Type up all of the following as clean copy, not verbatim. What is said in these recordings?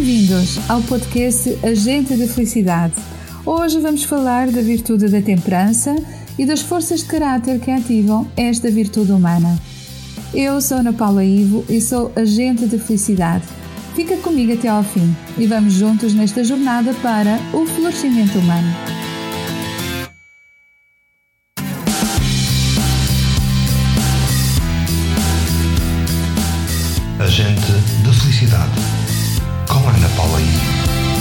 Bem-vindos ao podcast Agente de Felicidade. Hoje vamos falar da virtude da temperança e das forças de caráter que ativam esta virtude humana. Eu sou Ana Paula Ivo e sou Agente de Felicidade. Fica comigo até ao fim e vamos juntos nesta jornada para o florescimento humano. Agente de Felicidade, com Ana Paula Ivo.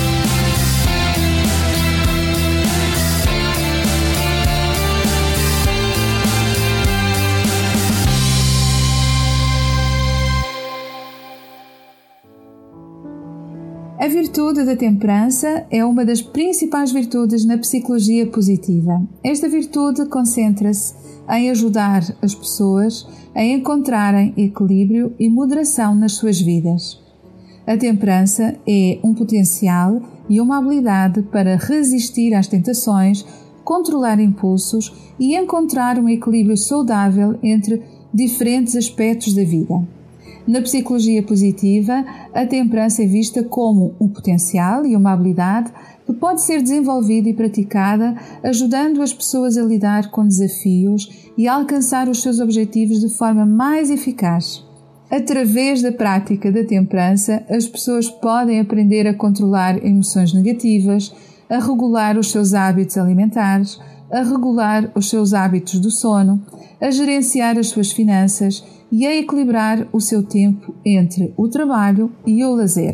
A virtude da temperança é uma das principais virtudes na psicologia positiva. Esta virtude concentra-se em ajudar as pessoas a encontrarem equilíbrio e moderação nas suas vidas. A temperança é um potencial e uma habilidade para resistir às tentações, controlar impulsos e encontrar um equilíbrio saudável entre diferentes aspectos da vida. Na psicologia positiva, a temperança é vista como um potencial e uma habilidade que pode ser desenvolvida e praticada, ajudando as pessoas a lidar com desafios e a alcançar os seus objetivos de forma mais eficaz. Através da prática da temperança, as pessoas podem aprender a controlar emoções negativas, a regular os seus hábitos alimentares, a regular os seus hábitos do sono, a gerenciar as suas finanças e a equilibrar o seu tempo entre o trabalho e o lazer.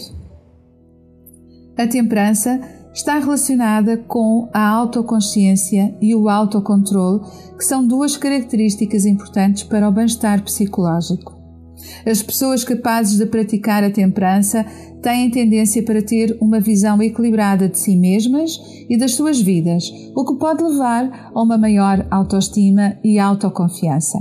A temperança está relacionada com a autoconsciência e o autocontrole, que são duas características importantes para o bem-estar psicológico. As pessoas capazes de praticar a temperança têm tendência para ter uma visão equilibrada de si mesmas e das suas vidas, o que pode levar a uma maior autoestima e autoconfiança.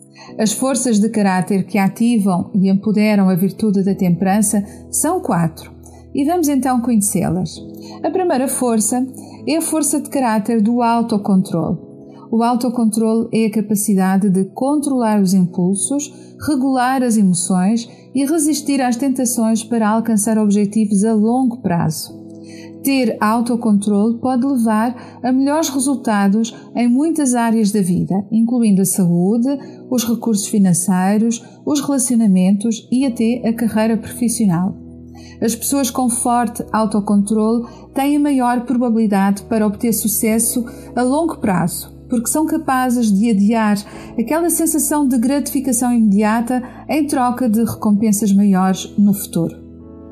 As forças de caráter que ativam e empoderam a virtude da temperança são 4, e vamos então conhecê-las. A primeira força é a força de caráter do autocontrole. O autocontrole é a capacidade de controlar os impulsos, regular as emoções e resistir às tentações para alcançar objetivos a longo prazo. Ter autocontrole pode levar a melhores resultados em muitas áreas da vida, incluindo a saúde, os recursos financeiros, os relacionamentos e até a carreira profissional. As pessoas com forte autocontrole têm a maior probabilidade para obter sucesso a longo prazo, porque são capazes de adiar aquela sensação de gratificação imediata em troca de recompensas maiores no futuro.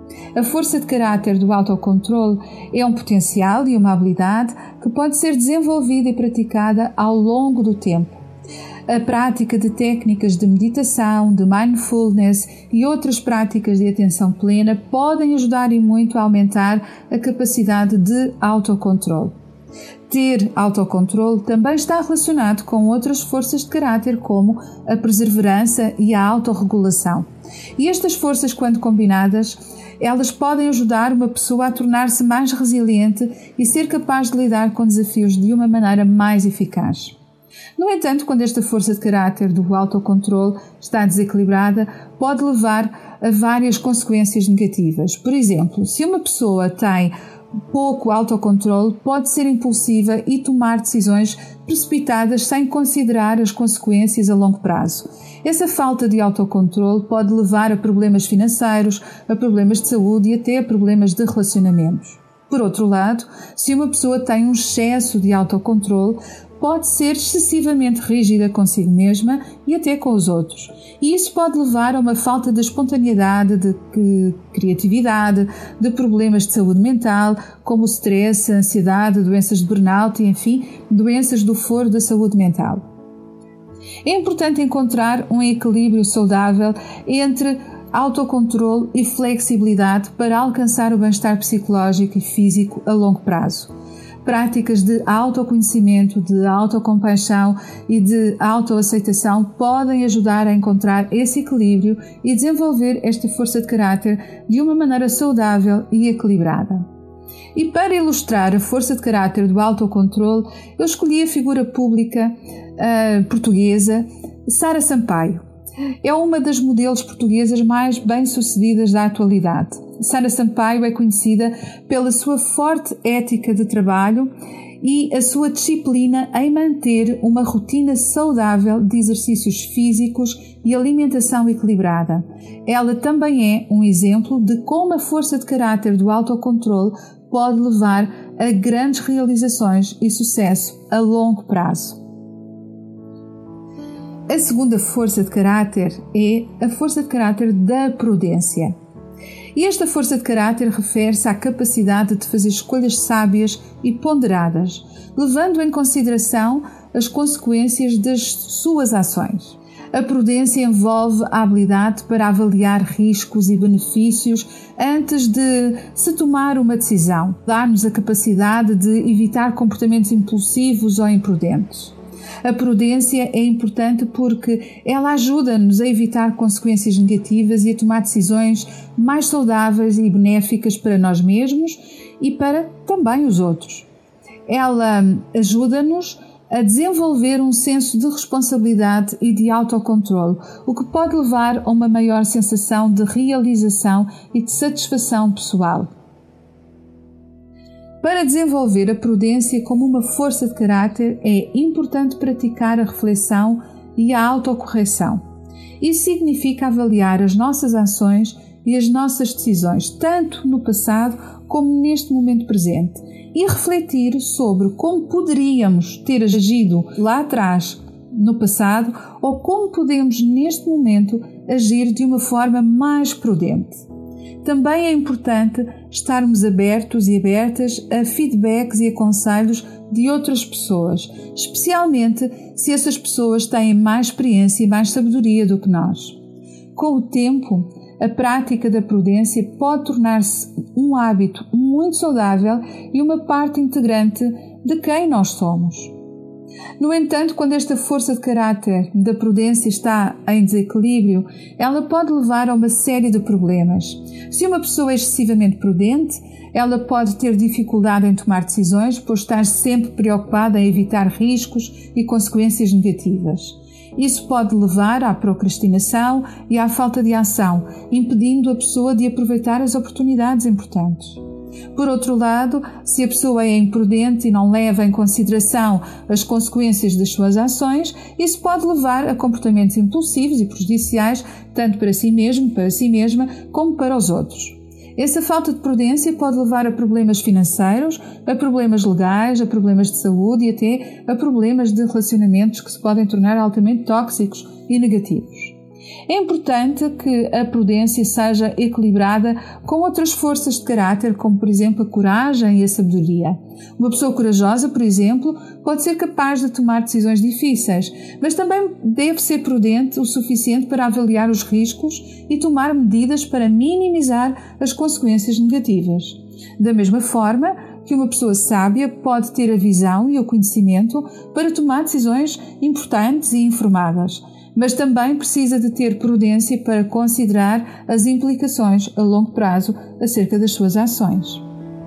A força de caráter do autocontrole é um potencial e uma habilidade que pode ser desenvolvida e praticada ao longo do tempo. A prática de técnicas de meditação, de mindfulness e outras práticas de atenção plena podem ajudar e muito a aumentar a capacidade de autocontrole. Ter autocontrole também está relacionado com outras forças de caráter, como a perseverança e a autorregulação. E estas forças, quando combinadas, elas podem ajudar uma pessoa a tornar-se mais resiliente e ser capaz de lidar com desafios de uma maneira mais eficaz. No entanto, quando esta força de caráter do autocontrole está desequilibrada, pode levar a várias consequências negativas. Por exemplo, se uma pessoa tem pouco autocontrole, pode ser impulsiva e tomar decisões precipitadas sem considerar as consequências a longo prazo. Essa falta de autocontrole pode levar a problemas financeiros, a problemas de saúde e até a problemas de relacionamentos. Por outro lado, se uma pessoa tem um excesso de autocontrole, pode ser excessivamente rígida consigo mesma e até com os outros. E isso pode levar a uma falta de espontaneidade, de criatividade, de problemas de saúde mental, como o stress, a ansiedade, doenças de burnout e, enfim, doenças do foro da saúde mental. É importante encontrar um equilíbrio saudável entre autocontrole e flexibilidade para alcançar o bem-estar psicológico e físico a longo prazo. Práticas de autoconhecimento, de autocompaixão e de autoaceitação podem ajudar a encontrar esse equilíbrio e desenvolver esta força de caráter de uma maneira saudável e equilibrada. E para ilustrar a força de caráter do autocontrole, eu escolhi a figura pública portuguesa Sara Sampaio. É uma das modelos portuguesas mais bem-sucedidas da atualidade. Sara Sampaio é conhecida pela sua forte ética de trabalho e a sua disciplina em manter uma rotina saudável de exercícios físicos e alimentação equilibrada. Ela também é um exemplo de como a força de caráter do autocontrole pode levar a grandes realizações e sucesso a longo prazo. A segunda força de caráter é a força de caráter da prudência. E esta força de caráter refere-se à capacidade de fazer escolhas sábias e ponderadas, levando em consideração as consequências das suas ações. A prudência envolve a habilidade para avaliar riscos e benefícios antes de se tomar uma decisão, dar-nos a capacidade de evitar comportamentos impulsivos ou imprudentes. A prudência é importante porque ela ajuda-nos a evitar consequências negativas e a tomar decisões mais saudáveis e benéficas para nós mesmos e para também os outros. Ela ajuda-nos a desenvolver um senso de responsabilidade e de autocontrole, o que pode levar a uma maior sensação de realização e de satisfação pessoal. Para desenvolver a prudência como uma força de caráter, é importante praticar a reflexão e a autocorreção. Isso significa avaliar as nossas ações e as nossas decisões, tanto no passado como neste momento presente, e refletir sobre como poderíamos ter agido lá atrás, no passado, ou como podemos neste momento agir de uma forma mais prudente. Também é importante estarmos abertos e abertas a feedbacks e a conselhos de outras pessoas, especialmente se essas pessoas têm mais experiência e mais sabedoria do que nós. Com o tempo, a prática da prudência pode tornar-se um hábito muito saudável e uma parte integrante de quem nós somos. No entanto, quando esta força de caráter da prudência está em desequilíbrio, ela pode levar a uma série de problemas. Se uma pessoa é excessivamente prudente, ela pode ter dificuldade em tomar decisões por estar sempre preocupada em evitar riscos e consequências negativas. Isso pode levar à procrastinação e à falta de ação, impedindo a pessoa de aproveitar as oportunidades importantes. Por outro lado, se a pessoa é imprudente e não leva em consideração as consequências das suas ações, isso pode levar a comportamentos impulsivos e prejudiciais tanto para si mesmo, para si mesma, como para os outros. Essa falta de prudência pode levar a problemas financeiros, a problemas legais, a problemas de saúde e até a problemas de relacionamentos que se podem tornar altamente tóxicos e negativos. É importante que a prudência seja equilibrada com outras forças de caráter, como por exemplo a coragem e a sabedoria. Uma pessoa corajosa, por exemplo, pode ser capaz de tomar decisões difíceis, mas também deve ser prudente o suficiente para avaliar os riscos e tomar medidas para minimizar as consequências negativas. Da mesma forma que uma pessoa sábia pode ter a visão e o conhecimento para tomar decisões importantes e informadas, mas também precisa de ter prudência para considerar as implicações a longo prazo acerca das suas ações.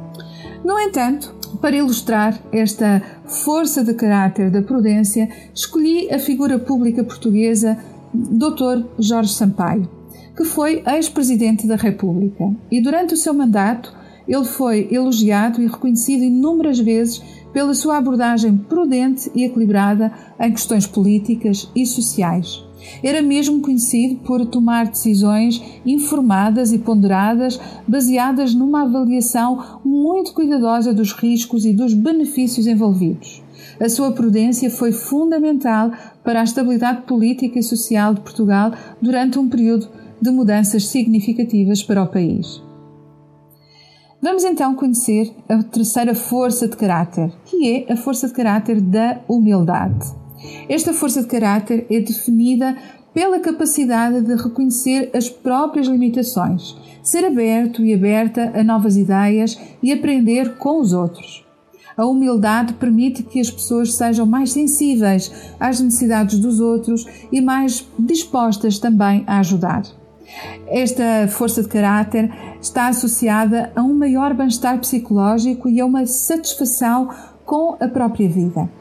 No entanto, para ilustrar esta força de caráter da prudência, escolhi a figura pública portuguesa Dr. Jorge Sampaio, que foi ex-presidente da República, e durante o seu mandato ele foi elogiado e reconhecido inúmeras vezes pela sua abordagem prudente e equilibrada em questões políticas e sociais. Era mesmo conhecido por tomar decisões informadas e ponderadas, baseadas numa avaliação muito cuidadosa dos riscos e dos benefícios envolvidos. A sua prudência foi fundamental para a estabilidade política e social de Portugal durante um período de mudanças significativas para o país. Vamos então conhecer a terceira força de caráter, que é a força de caráter da humildade. Esta força de caráter é definida pela capacidade de reconhecer as próprias limitações, ser aberto e aberta a novas ideias e aprender com os outros. A humildade permite que as pessoas sejam mais sensíveis às necessidades dos outros e mais dispostas também a ajudar. Esta força de caráter está associada a um maior bem-estar psicológico e a uma satisfação com a própria vida.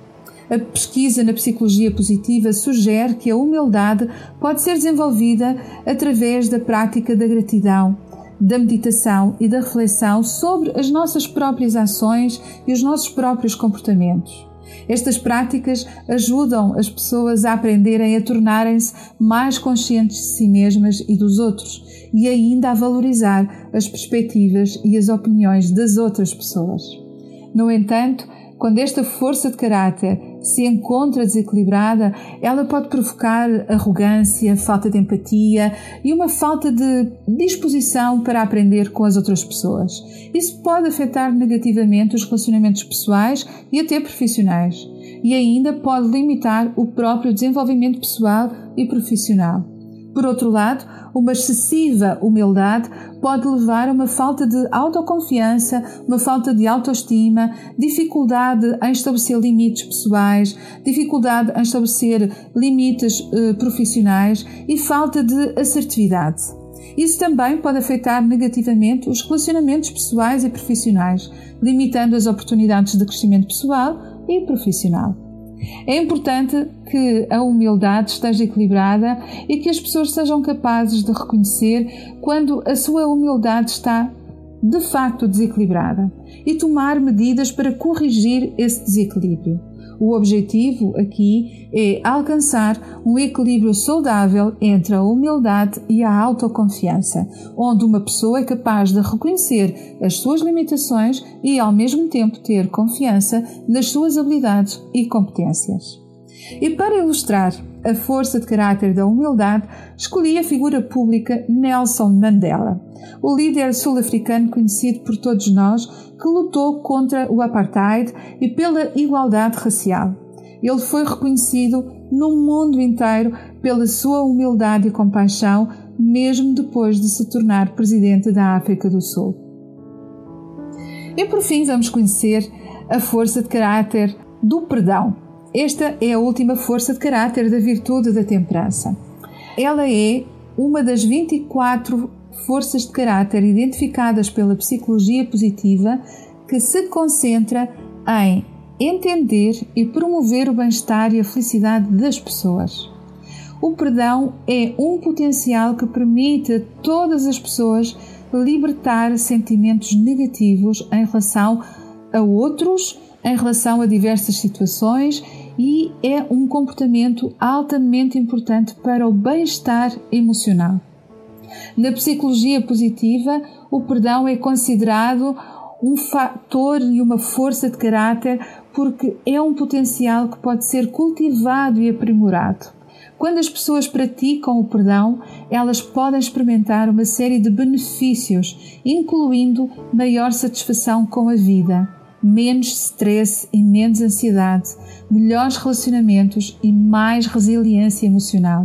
A pesquisa na psicologia positiva sugere que a humildade pode ser desenvolvida através da prática da gratidão, da meditação e da reflexão sobre as nossas próprias ações e os nossos próprios comportamentos. Estas práticas ajudam as pessoas a aprenderem a tornarem-se mais conscientes de si mesmas e dos outros e ainda a valorizar as perspectivas e as opiniões das outras pessoas. No entanto, quando esta força de caráter se encontra desequilibrada, ela pode provocar arrogância, falta de empatia e uma falta de disposição para aprender com as outras pessoas. Isso pode afetar negativamente os relacionamentos pessoais e até profissionais, e ainda pode limitar o próprio desenvolvimento pessoal e profissional. Por outro lado, uma excessiva humildade pode levar a uma falta de autoconfiança, uma falta de autoestima, dificuldade em estabelecer limites pessoais, dificuldade em estabelecer limites profissionais e falta de assertividade. Isso também pode afetar negativamente os relacionamentos pessoais e profissionais, limitando as oportunidades de crescimento pessoal e profissional. É importante que a humildade esteja equilibrada e que as pessoas sejam capazes de reconhecer quando a sua humildade está de facto desequilibrada e tomar medidas para corrigir esse desequilíbrio. O objetivo aqui é alcançar um equilíbrio saudável entre a humildade e a autoconfiança, onde uma pessoa é capaz de reconhecer as suas limitações e, ao mesmo tempo, ter confiança nas suas habilidades e competências. E para ilustrar a força de caráter da humildade, escolhi a figura pública Nelson Mandela, o líder sul-africano conhecido por todos nós que lutou contra o apartheid e pela igualdade racial. Ele foi reconhecido no mundo inteiro pela sua humildade e compaixão, mesmo depois de se tornar presidente da África do Sul. E por fim vamos conhecer a força de caráter do perdão. Esta é a última força de caráter da virtude da temperança. Ela é uma das 24 forças de caráter identificadas pela psicologia positiva que se concentra em entender e promover o bem-estar e a felicidade das pessoas. O perdão é um potencial que permite a todas as pessoas libertar sentimentos negativos em relação a outros, em relação a diversas situações, e é um comportamento altamente importante para o bem-estar emocional. Na psicologia positiva, o perdão é considerado um fator e uma força de caráter porque é um potencial que pode ser cultivado e aprimorado. Quando as pessoas praticam o perdão, elas podem experimentar uma série de benefícios, incluindo maior satisfação com a vida, menos stress e menos ansiedade, melhores relacionamentos e mais resiliência emocional.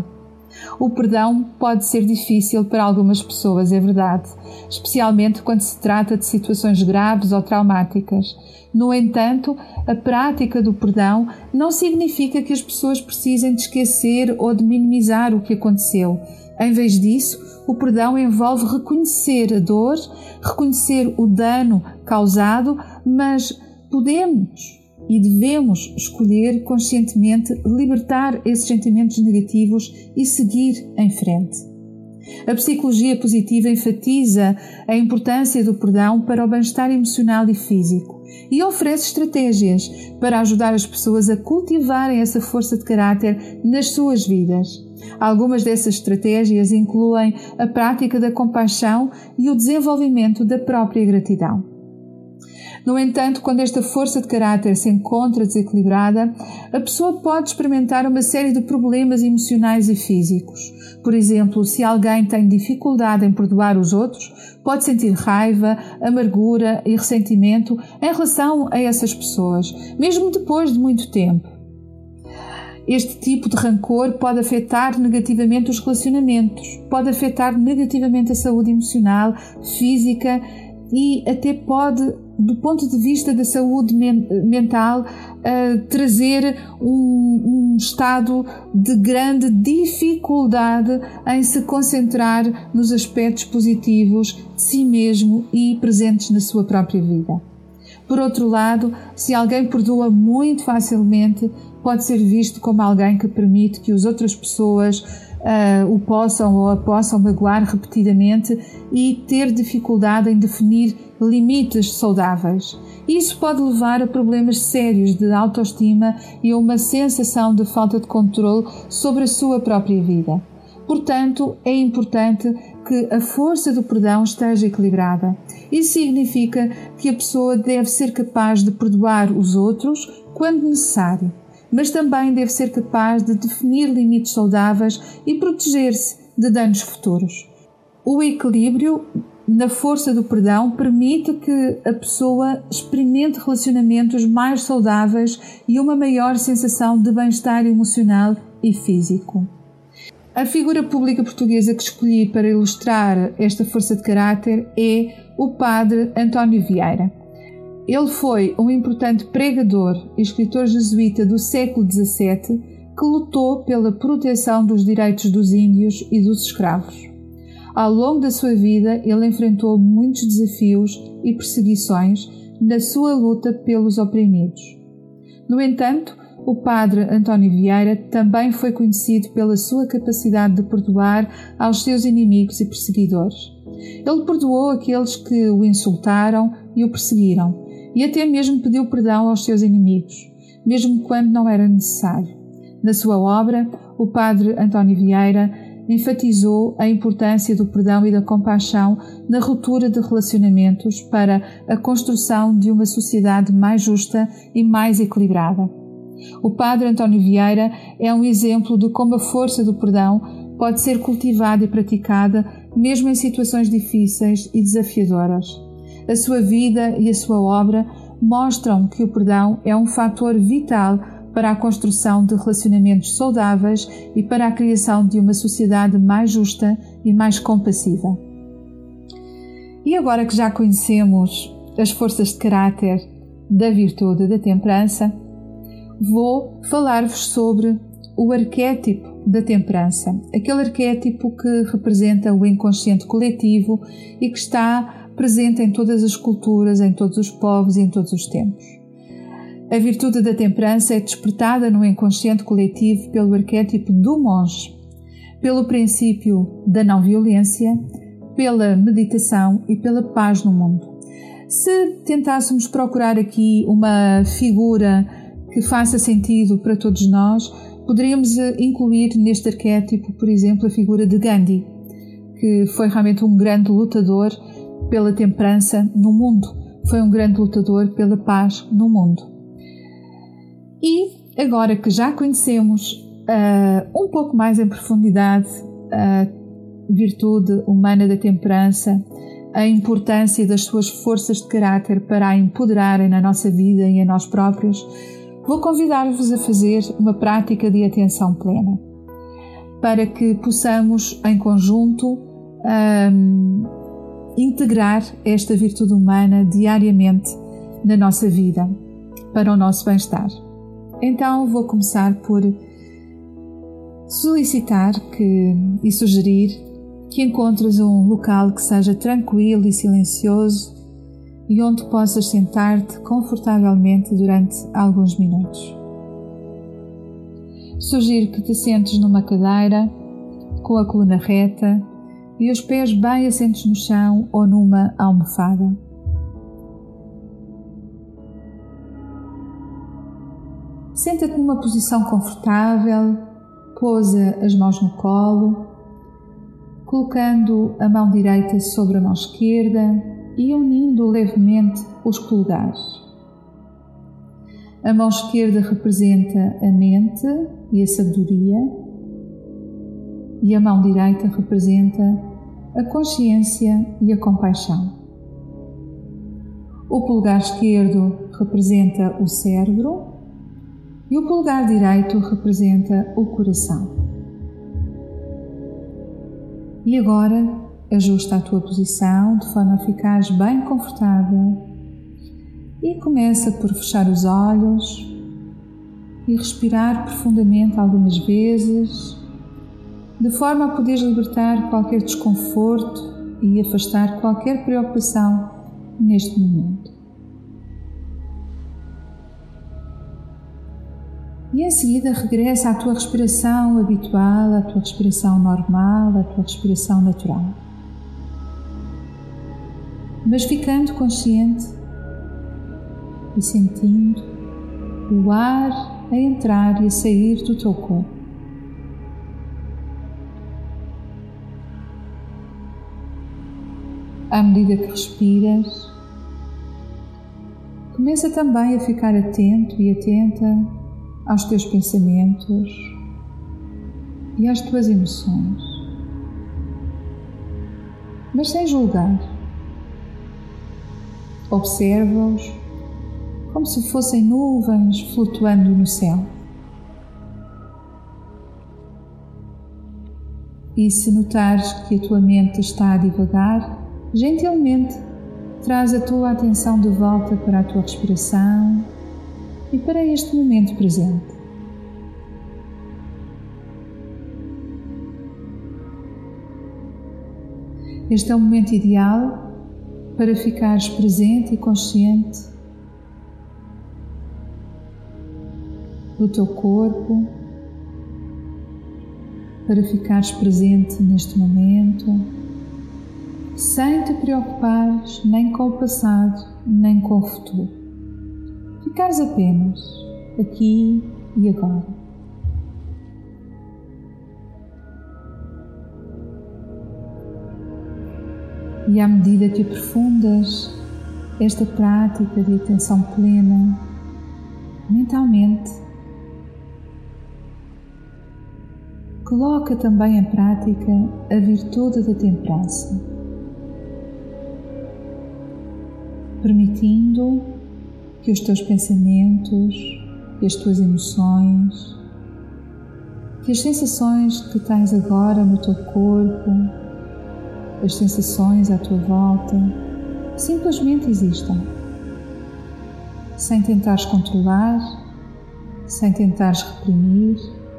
O perdão pode ser difícil para algumas pessoas, é verdade, especialmente quando se trata de situações graves ou traumáticas. No entanto, a prática do perdão não significa que as pessoas precisem de esquecer ou de minimizar o que aconteceu. Em vez disso, o perdão envolve reconhecer a dor, reconhecer o dano causado, mas podemos e devemos escolher conscientemente libertar esses sentimentos negativos e seguir em frente. A psicologia positiva enfatiza a importância do perdão para o bem-estar emocional e físico e oferece estratégias para ajudar as pessoas a cultivarem essa força de caráter nas suas vidas. Algumas dessas estratégias incluem a prática da compaixão e o desenvolvimento da própria gratidão. No entanto, quando esta força de caráter se encontra desequilibrada, a pessoa pode experimentar uma série de problemas emocionais e físicos. Por exemplo, se alguém tem dificuldade em perdoar os outros, pode sentir raiva, amargura e ressentimento em relação a essas pessoas, mesmo depois de muito tempo. Este tipo de rancor pode afetar negativamente os relacionamentos, pode afetar negativamente a saúde emocional, física e até pode, do ponto de vista da saúde mental, trazer um estado de grande dificuldade em se concentrar nos aspectos positivos de si mesmo e presentes na sua própria vida. Por outro lado, se alguém perdoa muito facilmente, pode ser visto como alguém que permite que as outras pessoas o possam ou a possam magoar repetidamente e ter dificuldade em definir limites saudáveis. Isso pode levar a problemas sérios de autoestima e a uma sensação de falta de controle sobre a sua própria vida. Portanto, é importante que a força do perdão esteja equilibrada. Isso significa que a pessoa deve ser capaz de perdoar os outros quando necessário, mas também deve ser capaz de definir limites saudáveis e proteger-se de danos futuros. O equilíbrio na força do perdão permite que a pessoa experimente relacionamentos mais saudáveis e uma maior sensação de bem-estar emocional e físico. A figura pública portuguesa que escolhi para ilustrar esta força de caráter é o Padre António Vieira. Ele foi um importante pregador e escritor jesuíta do século XVII que lutou pela proteção dos direitos dos índios e dos escravos. Ao longo da sua vida, ele enfrentou muitos desafios e perseguições na sua luta pelos oprimidos. No entanto, o Padre António Vieira também foi conhecido pela sua capacidade de perdoar aos seus inimigos e perseguidores. Ele perdoou aqueles que o insultaram e o perseguiram, e até mesmo pediu perdão aos seus inimigos, mesmo quando não era necessário. Na sua obra, o Padre António Vieira enfatizou a importância do perdão e da compaixão na ruptura de relacionamentos para a construção de uma sociedade mais justa e mais equilibrada. O Padre António Vieira é um exemplo de como a força do perdão pode ser cultivada e praticada mesmo em situações difíceis e desafiadoras. A sua vida e a sua obra mostram que o perdão é um fator vital para a construção de relacionamentos saudáveis e para a criação de uma sociedade mais justa e mais compassiva. E agora que já conhecemos as forças de caráter da virtude da temperança, vou falar-vos sobre o arquétipo da temperança, aquele arquétipo que representa o inconsciente coletivo e que está presente em todas as culturas, em todos os povos e em todos os tempos. A virtude da temperança é despertada no inconsciente coletivo pelo arquétipo do monge, pelo princípio da não-violência, pela meditação e pela paz no mundo. Se tentássemos procurar aqui uma figura que faça sentido para todos nós, poderíamos incluir neste arquétipo, por exemplo, a figura de Gandhi, que foi realmente um grande lutador pela temperança no mundo, foi um grande lutador pela paz no mundo. E agora que já conhecemos um pouco mais em profundidade a virtude humana da temperança, a importância das suas forças de caráter para a empoderarem na nossa vida e a nós próprios, vou convidar-vos a fazer uma prática de atenção plena, para que possamos, em conjunto, integrar esta virtude humana diariamente na nossa vida, para o nosso bem-estar. Então vou começar por solicitar e sugerir que encontres um local que seja tranquilo e silencioso e onde possas sentar-te confortavelmente durante alguns minutos. Sugiro que te sentes numa cadeira com a coluna reta e os pés bem assentos no chão ou numa almofada. Senta-te numa posição confortável, pousa as mãos no colo, colocando a mão direita sobre a mão esquerda e unindo levemente os polegares. A mão esquerda representa a mente e a sabedoria e a mão direita representa a consciência e a compaixão. O polegar esquerdo representa o cérebro e o polegar direito representa o coração. E agora, ajusta a tua posição de forma a ficares bem confortável e começa por fechar os olhos e respirar profundamente algumas vezes, de forma a poderes libertar qualquer desconforto e afastar qualquer preocupação neste momento. E em seguida regressa à tua respiração habitual, à tua respiração normal, à tua respiração natural. Mas ficando consciente e sentindo o ar a entrar e a sair do teu corpo. À medida que respiras, começa também a ficar atento e atenta aos teus pensamentos e às tuas emoções, mas sem julgar. Observa-os como se fossem nuvens flutuando no céu. E se notares que a tua mente está a divagar, gentilmente traz a tua atenção de volta para a tua respiração e para este momento presente. Este é o momento ideal para ficares presente e consciente do teu corpo, para ficares presente neste momento, sem te preocupares nem com o passado, nem com o futuro. Ficares apenas aqui e agora. E à medida que aprofundas esta prática de atenção plena, mentalmente, coloca também em prática a virtude da temperança, permitindo que os teus pensamentos, que as tuas emoções, que as sensações que tens agora no teu corpo, as sensações à tua volta, simplesmente existam, sem tentares controlar, sem tentares reprimir.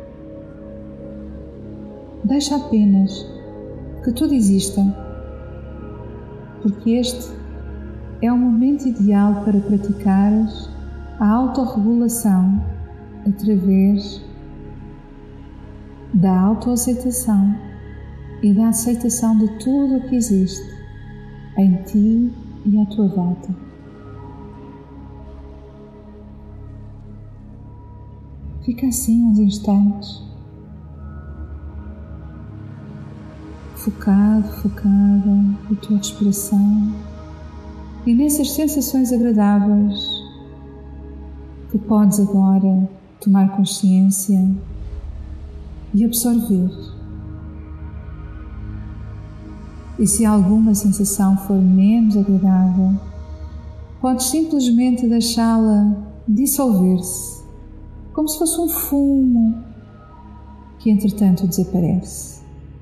Deixa apenas que tudo exista, porque este é o momento ideal para praticares a autorregulação através da autoaceitação e da aceitação de tudo o que existe em ti e à tua volta. Fica assim uns instantes, focada na tua respiração e nessas sensações agradáveis que podes agora tomar consciência e absorver. E se alguma sensação for menos agradável, podes simplesmente deixá-la dissolver-se, como se fosse um fumo que entretanto desaparece.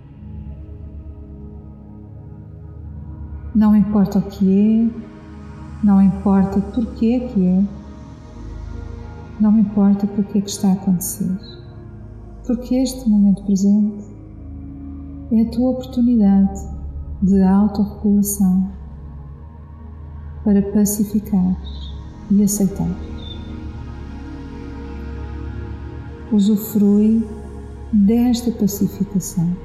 Não importa o que é, não importa porquê que é, não importa porque que está a acontecer, porque este momento presente é a tua oportunidade de autorregulação para pacificares e aceitares. Usufrui desta pacificação.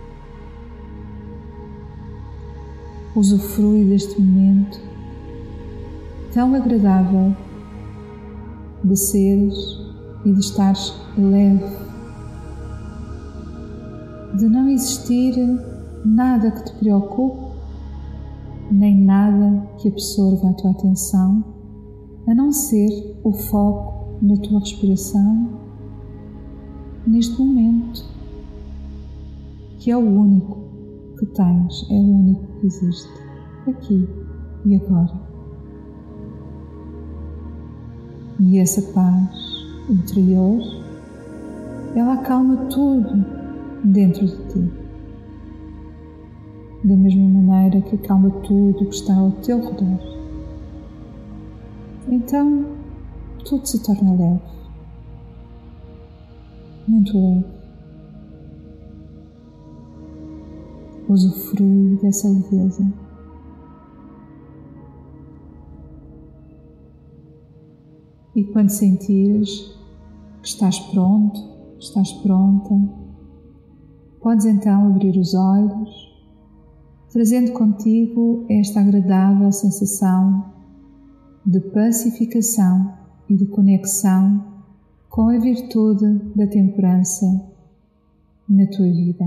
Usufrui deste momento tão agradável de seres e de estares leve, de não existir nada que te preocupe, nem nada que absorva a tua atenção, a não ser o foco na tua respiração neste momento, que é o único que tens, é o único que existe, aqui e agora. E essa paz interior, ela acalma tudo dentro de ti, da mesma maneira que acalma tudo que está ao teu redor. Então, tudo se torna leve, muito leve. Usufrui dessa leveza. E quando sentires que estás pronto, estás pronta. Podes então abrir os olhos, trazendo contigo esta agradável sensação de pacificação e de conexão com a virtude da temperança na tua vida.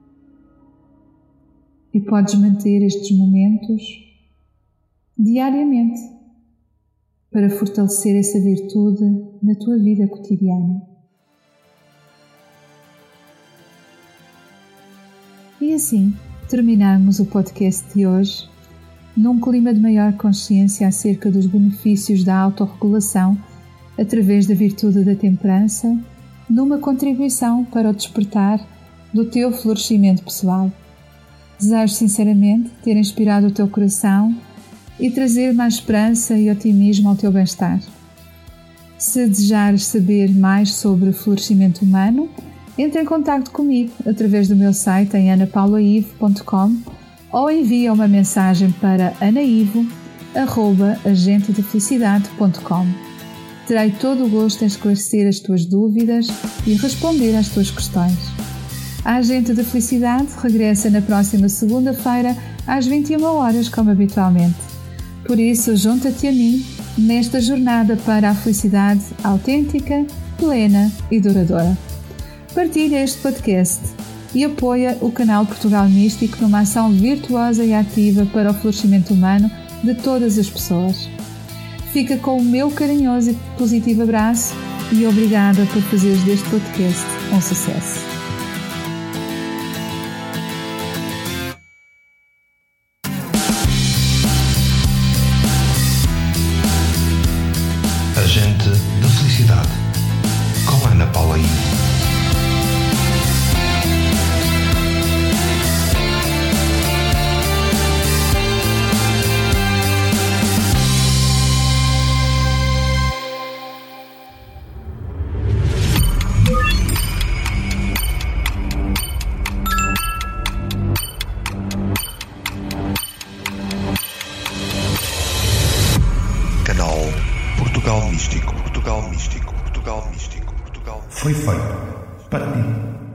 E podes manter estes momentos diariamente para fortalecer essa virtude na tua vida cotidiana. E assim terminamos o podcast de hoje num clima de maior consciência acerca dos benefícios da autorregulação através da virtude da temperança, numa contribuição para o despertar do teu florescimento pessoal. Desejo sinceramente ter inspirado o teu coração e trazer mais esperança e otimismo ao teu bem-estar. Se desejares saber mais sobre o florescimento humano, entre em contacto comigo através do meu site em anapaulaivo.com ou envia uma mensagem para anaivo@agentedefelicidade.com. Terei todo o gosto em esclarecer as tuas dúvidas e responder às tuas questões. A Agente da Felicidade regressa na próxima segunda-feira às 21 horas, como habitualmente. Por isso, junta-te a mim nesta jornada para a felicidade autêntica, plena e duradoura. Partilha este podcast e apoia o canal Portugal Místico numa ação virtuosa e ativa para o florescimento humano de todas as pessoas. Fica com o meu carinhoso e positivo abraço e obrigada por fazeres deste podcast um sucesso. Agente da Felicidade, com Ana Paula Ivo. Portugal Místico. Foi feito para ti.